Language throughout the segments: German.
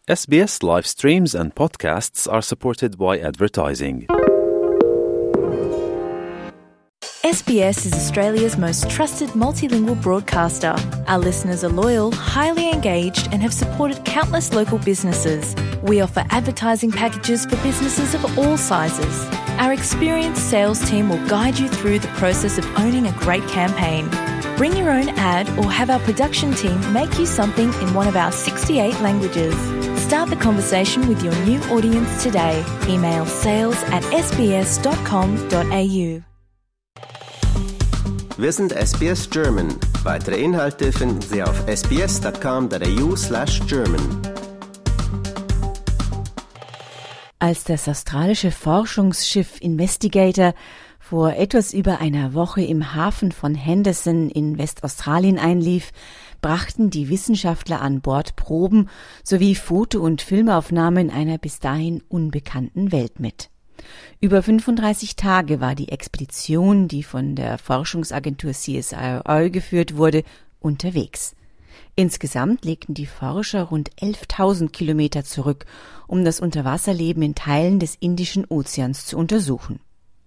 SBS live streams and podcasts are supported by advertising. SBS is Australia's most trusted multilingual broadcaster. Our listeners are loyal, highly engaged and have supported countless local businesses. We offer advertising packages for businesses of all sizes. Our experienced sales team will guide you through the process of owning a great campaign. Bring your own ad or have our production team make you something in one of our 68 languages. Start the conversation with your new audience today. Email sales@sbs.com.au. Wir sind SBS German. Weitere Inhalte finden Sie auf sbs.com.au/German. Als das australische Forschungsschiff Investigator vor etwas über einer Woche im Hafen von Henderson in Westaustralien einlief, brachten die Wissenschaftler an Bord Proben sowie Foto- und Filmaufnahmen einer bis dahin unbekannten Welt mit. Über 35 Tage war die Expedition, die von der Forschungsagentur CSIRO geführt wurde, unterwegs. Insgesamt legten die Forscher rund 11.000 Kilometer zurück, um das Unterwasserleben in Teilen des Indischen Ozeans zu untersuchen.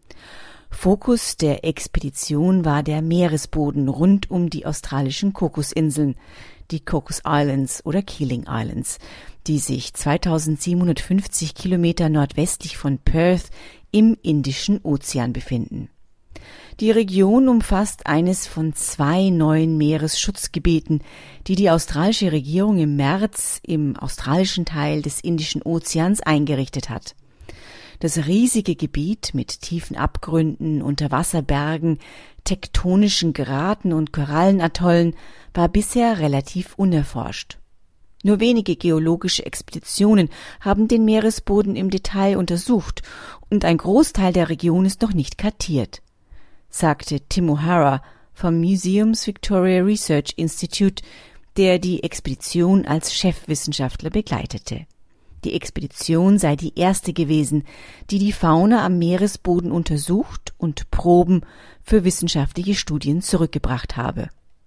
Fokus der Expedition war der Meeresboden rund um die australischen Kokosinseln, die Cocos Islands oder Keeling Islands, die sich 2750 Kilometer nordwestlich von Perth im Indischen Ozean befinden. Die Region umfasst eines von 2 neuen Meeresschutzgebieten, die die australische Regierung im März im australischen Teil des Indischen Ozeans eingerichtet hat. Das riesige Gebiet mit tiefen Abgründen, Unterwasserbergen, tektonischen Graten und Korallenatollen war bisher relativ unerforscht. Nur wenige geologische Expeditionen haben den Meeresboden im Detail untersucht und ein Großteil der Region ist noch nicht kartiert, sagte Tim O'Hara vom Museums Victoria Research Institute, der die Expedition als Chefwissenschaftler begleitete. Die Expedition sei die erste gewesen, die die Fauna am Meeresboden untersucht und Proben für wissenschaftliche Studien zurückgebracht habe.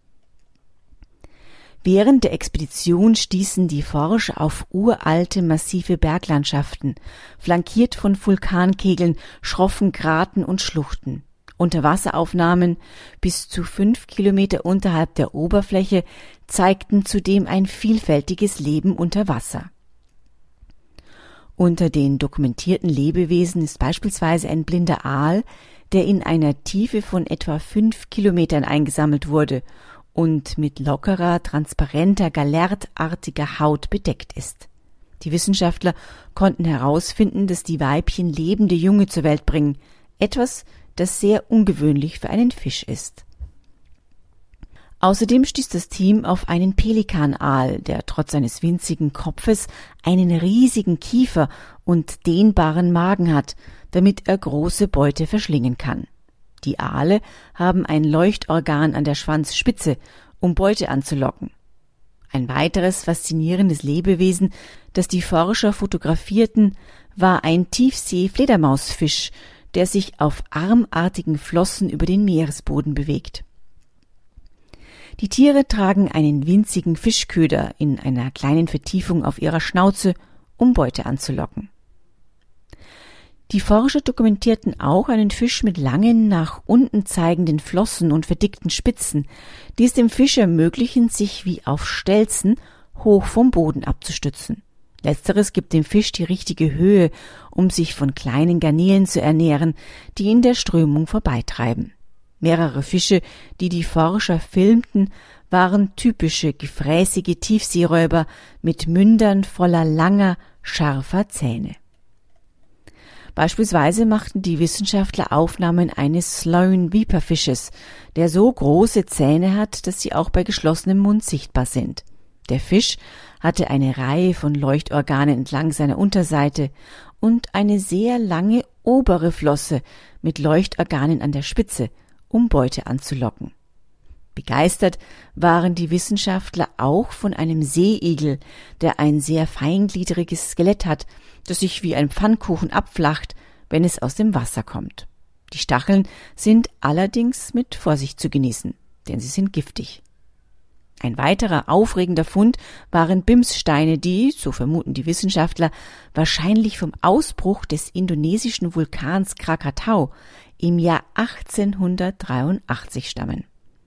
Während der Expedition stießen die Forscher auf uralte, massive Berglandschaften, flankiert von Vulkankegeln, schroffen Graten und Schluchten. Unterwasseraufnahmen bis zu 5 Kilometer unterhalb der Oberfläche zeigten zudem ein vielfältiges Leben unter Wasser. Unter den dokumentierten Lebewesen ist beispielsweise ein blinder Aal, der in einer Tiefe von etwa 5 Kilometern eingesammelt wurde und mit lockerer, transparenter, galertartiger Haut bedeckt ist. Die Wissenschaftler konnten herausfinden, dass die Weibchen lebende Junge zur Welt bringen, etwas, das sehr ungewöhnlich für einen Fisch ist. Außerdem stieß das Team auf einen Pelikanaal, der trotz seines winzigen Kopfes einen riesigen Kiefer und dehnbaren Magen hat, damit er große Beute verschlingen kann. Die Aale haben ein Leuchtorgan an der Schwanzspitze, um Beute anzulocken. Ein weiteres faszinierendes Lebewesen, das die Forscher fotografierten, war ein Tiefsee-Fledermausfisch, der sich auf armartigen Flossen über den Meeresboden bewegt. Die Tiere tragen einen winzigen Fischköder in einer kleinen Vertiefung auf ihrer Schnauze, um Beute anzulocken. Die Forscher dokumentierten auch einen Fisch mit langen, nach unten zeigenden Flossen und verdickten Spitzen, die es dem Fisch ermöglichen, sich wie auf Stelzen hoch vom Boden abzustützen. Letzteres gibt dem Fisch die richtige Höhe, um sich von kleinen Garnelen zu ernähren, die in der Strömung vorbeitreiben. Mehrere Fische, die die Forscher filmten, waren typische, gefräßige Tiefseeräuber mit Mündern voller langer, scharfer Zähne. Beispielsweise machten die Wissenschaftler Aufnahmen eines Sloan-Viper-Fisches, der so große Zähne hat, dass sie auch bei geschlossenem Mund sichtbar sind. Der Fisch hatte eine Reihe von Leuchtorganen entlang seiner Unterseite und eine sehr lange obere Flosse mit Leuchtorganen an der Spitze, um Beute anzulocken. Begeistert waren die Wissenschaftler auch von einem Seeigel, der ein sehr feingliedriges Skelett hat, das sich wie ein Pfannkuchen abflacht, wenn es aus dem Wasser kommt. Die Stacheln sind allerdings mit Vorsicht zu genießen, denn sie sind giftig. Ein weiterer aufregender Fund waren Bimssteine, die, so vermuten die Wissenschaftler, wahrscheinlich vom Ausbruch des indonesischen Vulkans Krakatau im Jahr 1883 stammen.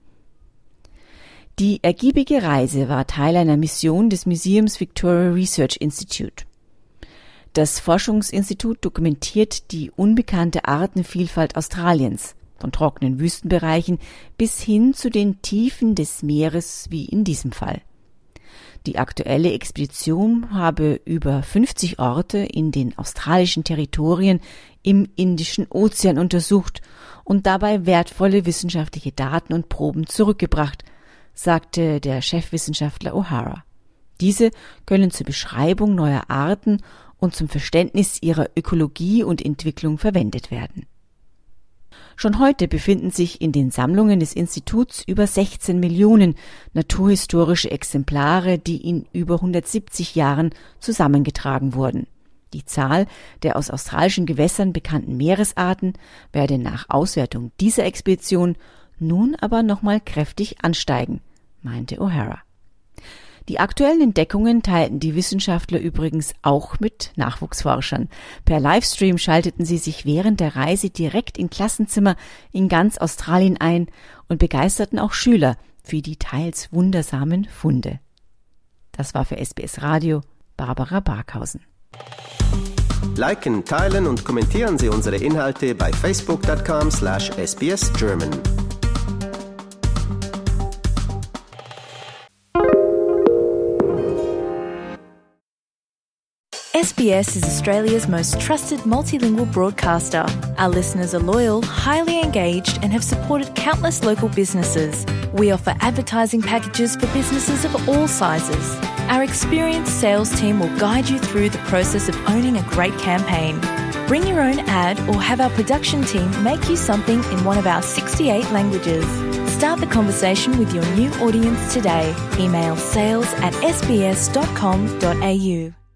Die ergiebige Reise war Teil einer Mission des Museums Victoria Research Institute. Das Forschungsinstitut dokumentiert die unbekannte Artenvielfalt Australiens, von trockenen Wüstenbereichen bis hin zu den Tiefen des Meeres wie in diesem Fall. Die aktuelle Expedition habe über 50 Orte in den australischen Territorien im Indischen Ozean untersucht und dabei wertvolle wissenschaftliche Daten und Proben zurückgebracht, sagte der Chefwissenschaftler O'Hara. Diese können zur Beschreibung neuer Arten und zum Verständnis ihrer Ökologie und Entwicklung verwendet werden. Schon heute befinden sich in den Sammlungen des Instituts über 16 Millionen naturhistorische Exemplare, die in über 170 Jahren zusammengetragen wurden. Die Zahl der aus australischen Gewässern bekannten Meeresarten werde nach Auswertung dieser Expedition nun aber nochmal kräftig ansteigen, meinte O'Hara. Die aktuellen Entdeckungen teilten die Wissenschaftler übrigens auch mit Nachwuchsforschern. Per Livestream schalteten sie sich während der Reise direkt in Klassenzimmer in ganz Australien ein und begeisterten auch Schüler für die teils wundersamen Funde. Das war für SBS Radio Barbara Barkhausen. Liken, teilen und kommentieren Sie unsere Inhalte bei facebook.com/sbsgerman. SBS is Australia's most trusted multilingual broadcaster. Our listeners are loyal, highly engaged, and have supported countless local businesses. We offer advertising packages for businesses of all sizes. Our experienced sales team will guide you through the process of owning a great campaign. Bring your own ad or have our production team make you something in one of our 68 languages. Start the conversation with your new audience today. Email sales@sbs.com.au.